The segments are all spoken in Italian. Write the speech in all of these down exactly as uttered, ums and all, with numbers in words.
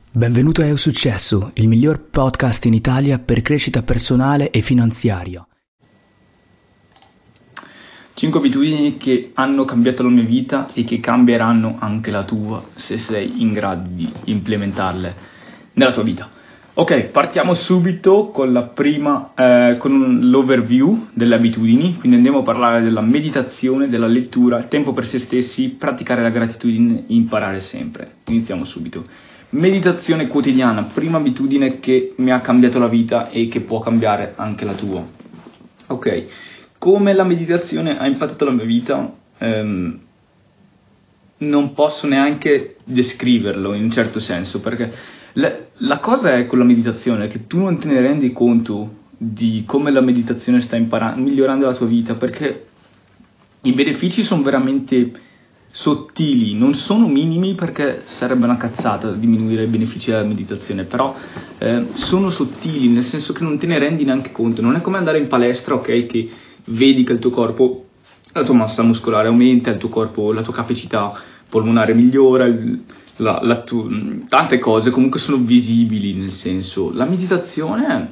Benvenuto a Eu Successo, il miglior podcast in Italia per crescita personale e finanziaria. cinque abitudini che hanno cambiato la mia vita e che cambieranno anche la tua se sei in grado di implementarle nella tua vita. Ok, partiamo subito con la prima, eh, con l'overview delle abitudini, quindi andiamo a parlare della meditazione, della lettura, tempo per se stessi, praticare la gratitudine, imparare sempre. Iniziamo subito. Meditazione quotidiana, prima abitudine che mi ha cambiato la vita e che può cambiare anche la tua. Ok, come la meditazione ha impattato la mia vita, ehm, non posso neanche descriverlo in un certo senso, perché la, la cosa è con la meditazione che tu non te ne rendi conto di come la meditazione sta imparando, migliorando la tua vita, perché i benefici sono veramente sottili, non sono minimi, perché sarebbe una cazzata diminuire i benefici della meditazione, però eh, sono sottili, nel senso che non te ne rendi neanche conto. Non è come andare in palestra, ok, che vedi che il tuo corpo, la tua massa muscolare aumenta, il tuo corpo, la tua capacità polmonare migliora, la, la tu, tante cose comunque sono visibili, nel senso, la meditazione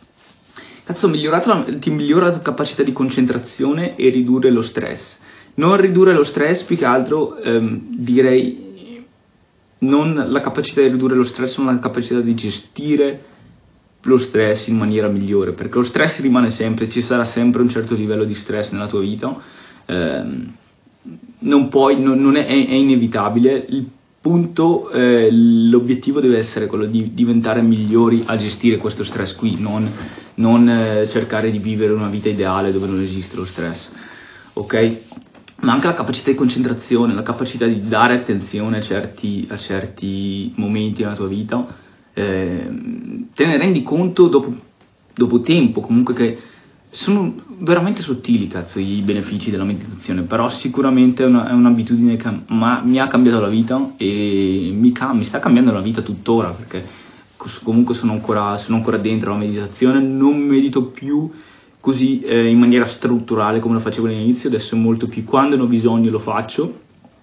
cazzo migliorata, ti migliora la tua capacità di concentrazione e ridurre lo stress. Non ridurre lo stress, più che altro ehm, direi non la capacità di ridurre lo stress, ma la capacità di gestire lo stress in maniera migliore, perché lo stress rimane sempre, ci sarà sempre un certo livello di stress nella tua vita, ehm, non puoi, non, non è, è inevitabile. Il punto, eh, l'obiettivo deve essere quello di diventare migliori a gestire questo stress qui, non, non eh, cercare di vivere una vita ideale dove non esiste lo stress, ok? Ma anche la capacità di concentrazione, la capacità di dare attenzione a certi, a certi momenti nella tua vita, eh, te ne rendi conto dopo, dopo tempo, comunque, che sono veramente sottili, cazzo, i benefici della meditazione, però sicuramente è, una, è un'abitudine che ma, mi ha cambiato la vita e mi, mi sta cambiando la vita tuttora, perché comunque sono ancora, sono ancora dentro la meditazione, non medito più così eh, in maniera strutturale come lo facevo all'inizio, adesso molto più quando ne ho bisogno lo faccio,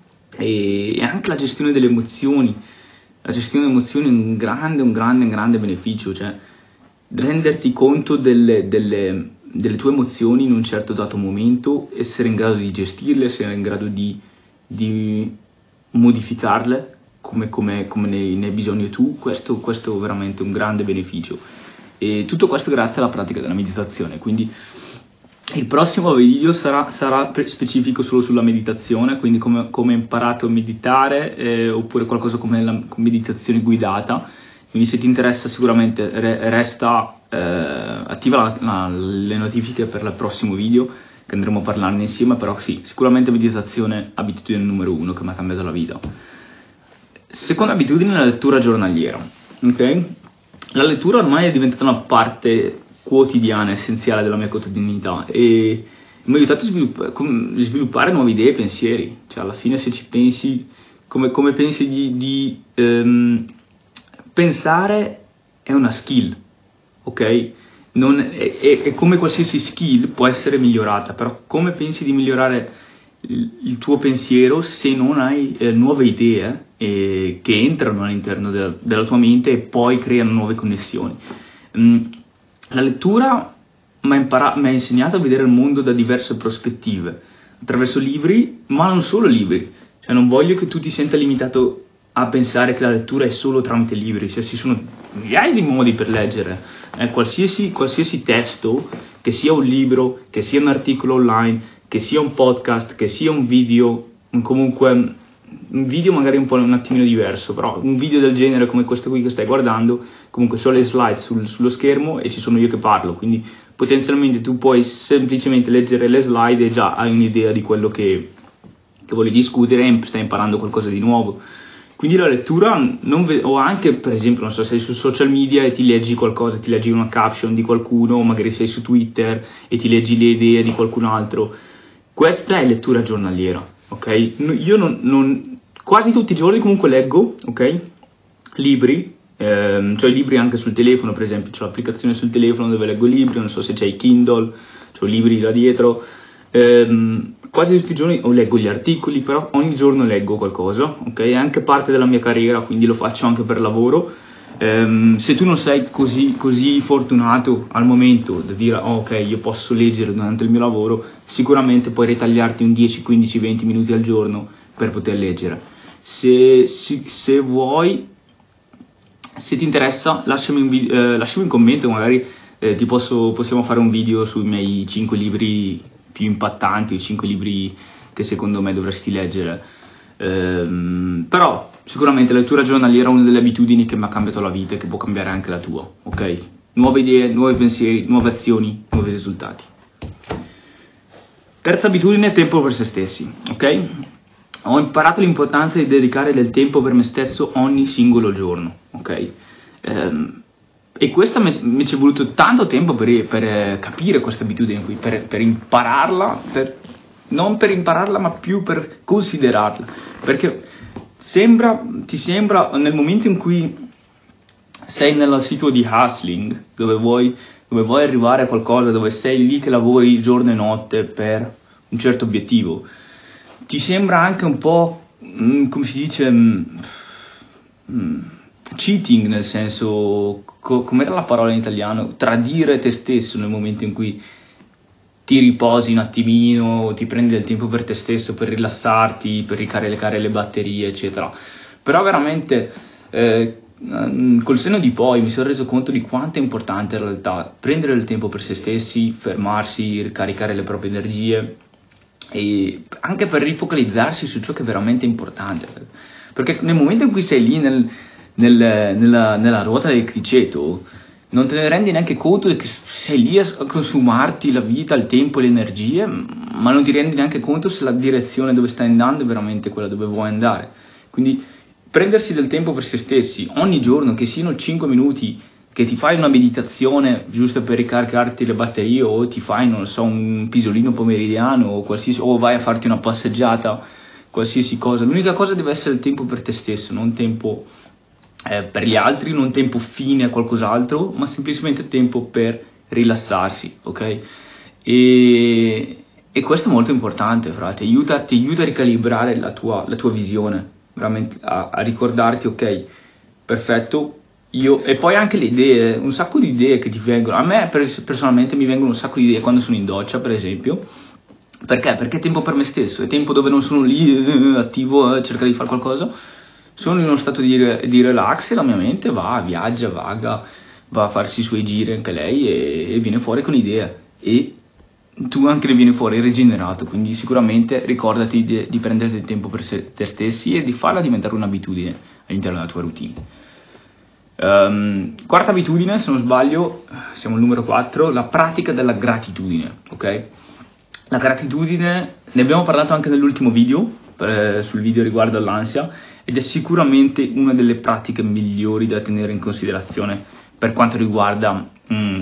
e, e anche la gestione delle emozioni, la gestione delle emozioni è un grande, un grande, un grande beneficio, cioè renderti conto delle, delle, delle tue emozioni in un certo dato momento, essere in grado di gestirle, essere in grado di, di modificarle come, come, come ne, ne hai bisogno tu, questo, questo è veramente un grande beneficio. E tutto questo grazie alla pratica della meditazione. Quindi il prossimo video sarà, sarà specifico solo sulla meditazione, quindi come, come ho imparato a meditare, eh, oppure qualcosa come la meditazione guidata. Quindi se ti interessa sicuramente re, resta, eh, attiva la, la, le notifiche per il prossimo video, che andremo a parlarne insieme, però sì, sicuramente meditazione, abitudine numero uno che mi ha cambiato la vita. Seconda abitudine, la lettura giornaliera, ok? La lettura ormai è diventata una parte quotidiana, essenziale della mia quotidianità, e mi ha aiutato a sviluppare, sviluppare nuove idee e pensieri. Cioè, alla fine, se ci pensi, come, come pensi di, di ehm, pensare è una skill, ok? Non, è, è, è come qualsiasi skill può essere migliorata, però come pensi di migliorare il, il tuo pensiero se non hai eh, nuove idee eh, che entrano all'interno de, della tua mente e poi creano nuove connessioni. Mm, la lettura mi ha, impara- mi ha insegnato a vedere il mondo da diverse prospettive, attraverso libri, ma non solo libri. Cioè, non voglio che tu ti senta limitato a pensare che la lettura è solo tramite libri, cioè ci sono migliaia di modi per leggere, eh, qualsiasi, qualsiasi testo, che sia un libro, che sia un articolo online, che sia un podcast, che sia un video, comunque un video magari un po' un attimino diverso, però un video del genere come questo qui che stai guardando, comunque sono le slide sul, sullo schermo e ci sono io che parlo, quindi potenzialmente tu puoi semplicemente leggere le slide e già hai un'idea di quello che, che voglio discutere e stai imparando qualcosa di nuovo. Quindi la lettura, non ve- o anche per esempio, non so, sei su social media e ti leggi qualcosa, ti leggi una caption di qualcuno, o magari sei su Twitter e ti leggi le idee di qualcun altro, questa è lettura giornaliera, ok? Io non, non quasi tutti i giorni comunque leggo, ok? Libri, ehm, cioè libri anche sul telefono, per esempio, c'ho l'applicazione sul telefono dove leggo libri, non so se c'hai Kindle, c'ho libri là dietro, ehm, quasi tutti i giorni o leggo gli articoli, però ogni giorno leggo qualcosa, ok? È anche parte della mia carriera, quindi lo faccio anche per lavoro. Ehm, se tu non sei così, così fortunato al momento da dire oh, ok, io posso leggere durante il mio lavoro, sicuramente puoi ritagliarti un dieci, quindici, venti minuti al giorno per poter leggere. Se, se, se vuoi, se ti interessa, lasciami un, video, eh, lasciami un commento, magari eh, ti posso, possiamo fare un video sui miei cinque libri più impattanti, i cinque libri che secondo me dovresti leggere. Ehm, però sicuramente la lettura giornaliera è una delle abitudini che mi ha cambiato la vita e che può cambiare anche la tua, ok? Nuove idee, nuovi pensieri, nuove azioni, nuovi risultati. Terza abitudine, tempo per se stessi, ok? Ho imparato l'importanza di dedicare del tempo per me stesso ogni singolo giorno, ok? Ehm, E questo mi ci è voluto tanto tempo per, per capire questa abitudine qui, per, per impararla, per, non per impararla ma più per considerarla, perché sembra, ti sembra nel momento in cui sei nella situazione di hustling, dove vuoi, dove vuoi arrivare a qualcosa, dove sei lì che lavori giorno e notte per un certo obiettivo, ti sembra anche un po', mm, come si dice... Mm, cheating, nel senso, co- com'era la parola in italiano? Tradire te stesso nel momento in cui ti riposi un attimino, ti prendi del tempo per te stesso, per rilassarti, per ricaricare le batterie, eccetera. Però veramente, eh, col senno di poi mi sono reso conto di quanto è importante in realtà prendere del tempo per se stessi, fermarsi, ricaricare le proprie energie e anche per rifocalizzarsi su ciò che è veramente importante. Perché nel momento in cui sei lì nel Nel, nella, nella ruota del criceto non te ne rendi neanche conto che sei lì a consumarti la vita, il tempo e le energie, ma non ti rendi neanche conto se la direzione dove stai andando è veramente quella dove vuoi andare. Quindi prendersi del tempo per se stessi ogni giorno, che siano cinque minuti, che ti fai una meditazione giusto per ricaricarti le batterie, o ti fai, non so, un pisolino pomeridiano, o, qualsiasi, o vai a farti una passeggiata, qualsiasi cosa. L'unica cosa deve essere il tempo per te stesso, non tempo Eh, per gli altri, non tempo fine a qualcos'altro, ma semplicemente tempo per rilassarsi, ok? E, e questo è molto importante, fra, ti aiuta, ti aiuta a ricalibrare la tua, la tua visione, veramente a, a ricordarti, ok, perfetto, io, e poi anche le idee, un sacco di idee che ti vengono, a me personalmente mi vengono un sacco di idee quando sono in doccia, per esempio. Perché? Perché è tempo per me stesso, è tempo dove non sono lì eh, attivo a cercare di fare qualcosa. Sono in uno stato di, di relax e la mia mente va, viaggia, vaga, va a farsi i suoi giri anche lei e, e viene fuori con idee, e tu anche ne vieni fuori rigenerato. Quindi sicuramente ricordati di, di prendere del tempo per se, te stessi e di farla diventare un'abitudine all'interno della tua routine. Um, quarta abitudine, se non sbaglio, siamo al numero quattro, la pratica della gratitudine, ok? La gratitudine, ne abbiamo parlato anche nell'ultimo video, per, sul video riguardo all'ansia, ed è sicuramente una delle pratiche migliori da tenere in considerazione per quanto riguarda mm,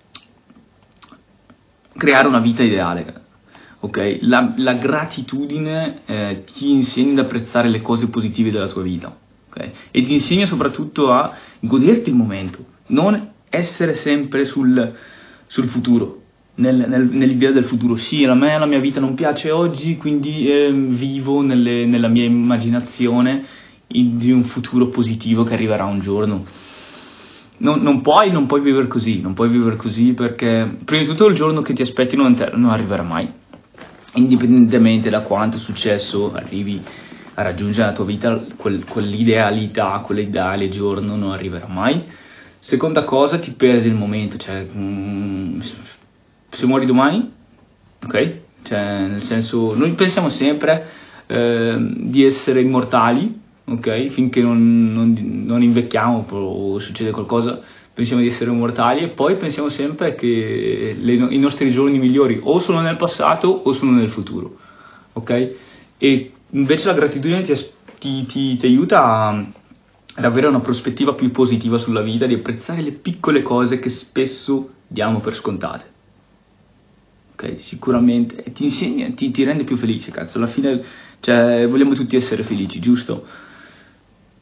creare una vita ideale, ok? La, la gratitudine eh, ti insegna ad apprezzare le cose positive della tua vita, ok? E ti insegna soprattutto a goderti il momento, non essere sempre sul, sul futuro, nel, nel, nell'idea del futuro. Sì, a me la mia vita non piace oggi, quindi eh, vivo nelle, nella mia immaginazione in, di un futuro positivo che arriverà un giorno. Non, non puoi, non puoi vivere così, non puoi vivere così, perché prima di tutto il giorno che ti aspetti non, te, non arriverà mai, indipendentemente da quanto successo arrivi a raggiungere la tua vita, quel, quell'idealità, quell'ideale giorno non arriverà mai. Seconda cosa, ti perdi il momento, cioè mm, se muori domani, ok? Cioè, nel senso, noi pensiamo sempre eh, di essere immortali, ok? Finché non, non, non invecchiamo o succede qualcosa, pensiamo di essere immortali, e poi pensiamo sempre che le, i nostri giorni migliori o sono nel passato o sono nel futuro, ok? E invece la gratitudine ti, ti, ti, ti aiuta a, ad avere una prospettiva più positiva sulla vita, di apprezzare le piccole cose che spesso diamo per scontate. Ok, sicuramente ti insegna, ti, ti rende più felice, cazzo. Alla fine, cioè, vogliamo tutti essere felici, giusto?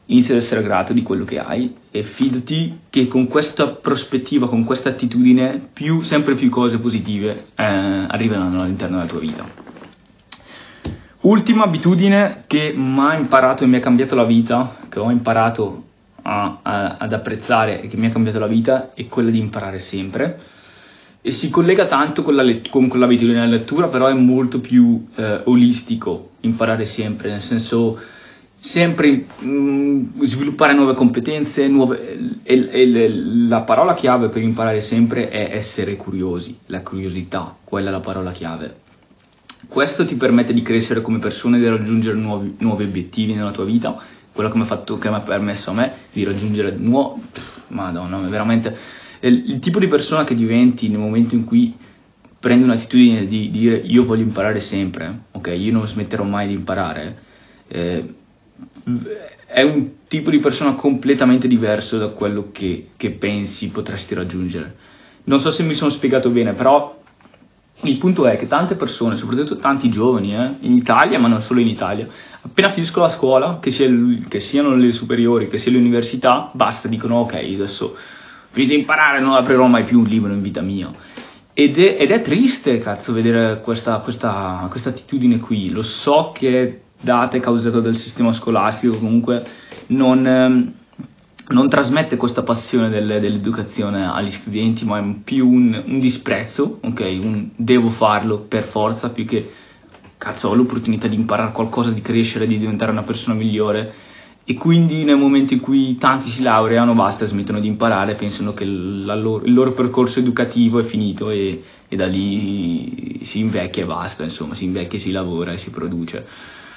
inizia ad essere grato di quello che hai e fidati che con questa prospettiva, con questa attitudine, più, sempre più cose positive eh, arriveranno all'interno della tua vita. Ultima abitudine che mi ha imparato e mi ha cambiato la vita, che ho imparato a, a, ad apprezzare e che mi ha cambiato la vita, è quella di imparare sempre. E si collega tanto con, la let- con quell'abitudine della lettura, però è molto più eh, olistico imparare sempre, nel senso sempre mh, sviluppare nuove competenze, nuove, e, e, e la parola chiave per imparare sempre è essere curiosi, la curiosità, quella è la parola chiave. Questo ti permette di crescere come persona e di raggiungere nuovi, nuovi obiettivi nella tua vita, quello che mi ha fatto, che mi ha permesso a me di raggiungere nuovi, madonna, veramente... Il, il tipo di persona che diventi nel momento in cui prendi un'attitudine di, di dire io voglio imparare sempre, ok, io non smetterò mai di imparare, eh, è un tipo di persona completamente diverso da quello che, che pensi potresti raggiungere. Non so se mi sono spiegato bene, però il punto è che tante persone, soprattutto tanti giovani, eh, in Italia, ma non solo in Italia, appena finiscono la scuola, che, sia, che siano le superiori, che sia l'università, basta, dicono ok, adesso finito di imparare, non aprirò mai più un libro in vita mia. Ed è, ed è triste, cazzo, vedere questa, questa, questa attitudine qui. Lo so che è data e causata dal sistema scolastico, comunque non, ehm, non trasmette questa passione del, dell'educazione agli studenti, ma è più un, un disprezzo, ok? Un devo farlo per forza, più che cazzo ho l'opportunità di imparare qualcosa, di crescere, di diventare una persona migliore. E quindi nel momento in cui tanti si laureano, basta, smettono di imparare, pensano che la loro, il loro percorso educativo è finito e, e da lì si invecchia e basta, insomma, si invecchia, si lavora e si produce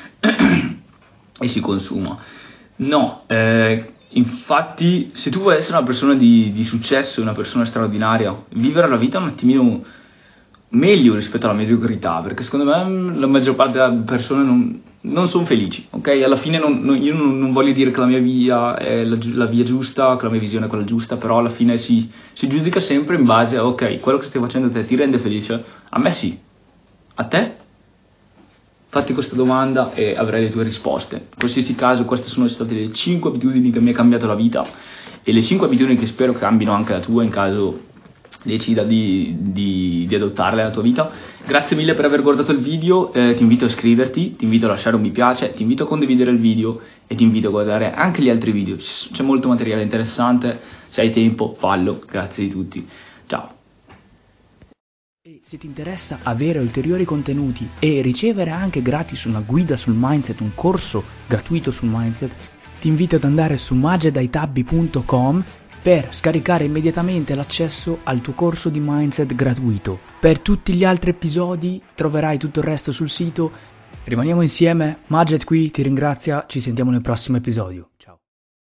e si consuma. No, eh, infatti se tu vuoi essere una persona di, di successo, una persona straordinaria, vivere la vita un attimino meglio rispetto alla mediocrità, perché secondo me la maggior parte delle persone non, non sono felici, ok? Alla fine non, non, io non, non voglio dire che la mia via è la, la via giusta, che la mia visione è quella giusta, però alla fine si, si giudica sempre in base a ok, quello che stai facendo a te ti rende felice? A me sì. A te? Fatti questa domanda e avrai le tue risposte. In qualsiasi caso queste sono state le cinque abitudini che mi hanno cambiato la vita e le cinque abitudini che spero cambino anche la tua in caso decida di, di, di adottarle nella tua vita. Grazie mille per aver guardato il video, eh, ti invito a iscriverti, ti invito a lasciare un mi piace, ti invito a condividere il video e ti invito a guardare anche gli altri video, c'è molto materiale interessante, se hai tempo fallo, grazie di tutti, ciao. E se ti interessa avere ulteriori contenuti e ricevere anche gratis una guida sul mindset, un corso gratuito sul mindset, ti invito ad andare su magedaitabbi punto com per scaricare immediatamente l'accesso al tuo corso di mindset gratuito. Per tutti gli altri episodi troverai tutto il resto sul sito. Rimaniamo insieme, Maged qui ti ringrazia, ci sentiamo nel prossimo episodio.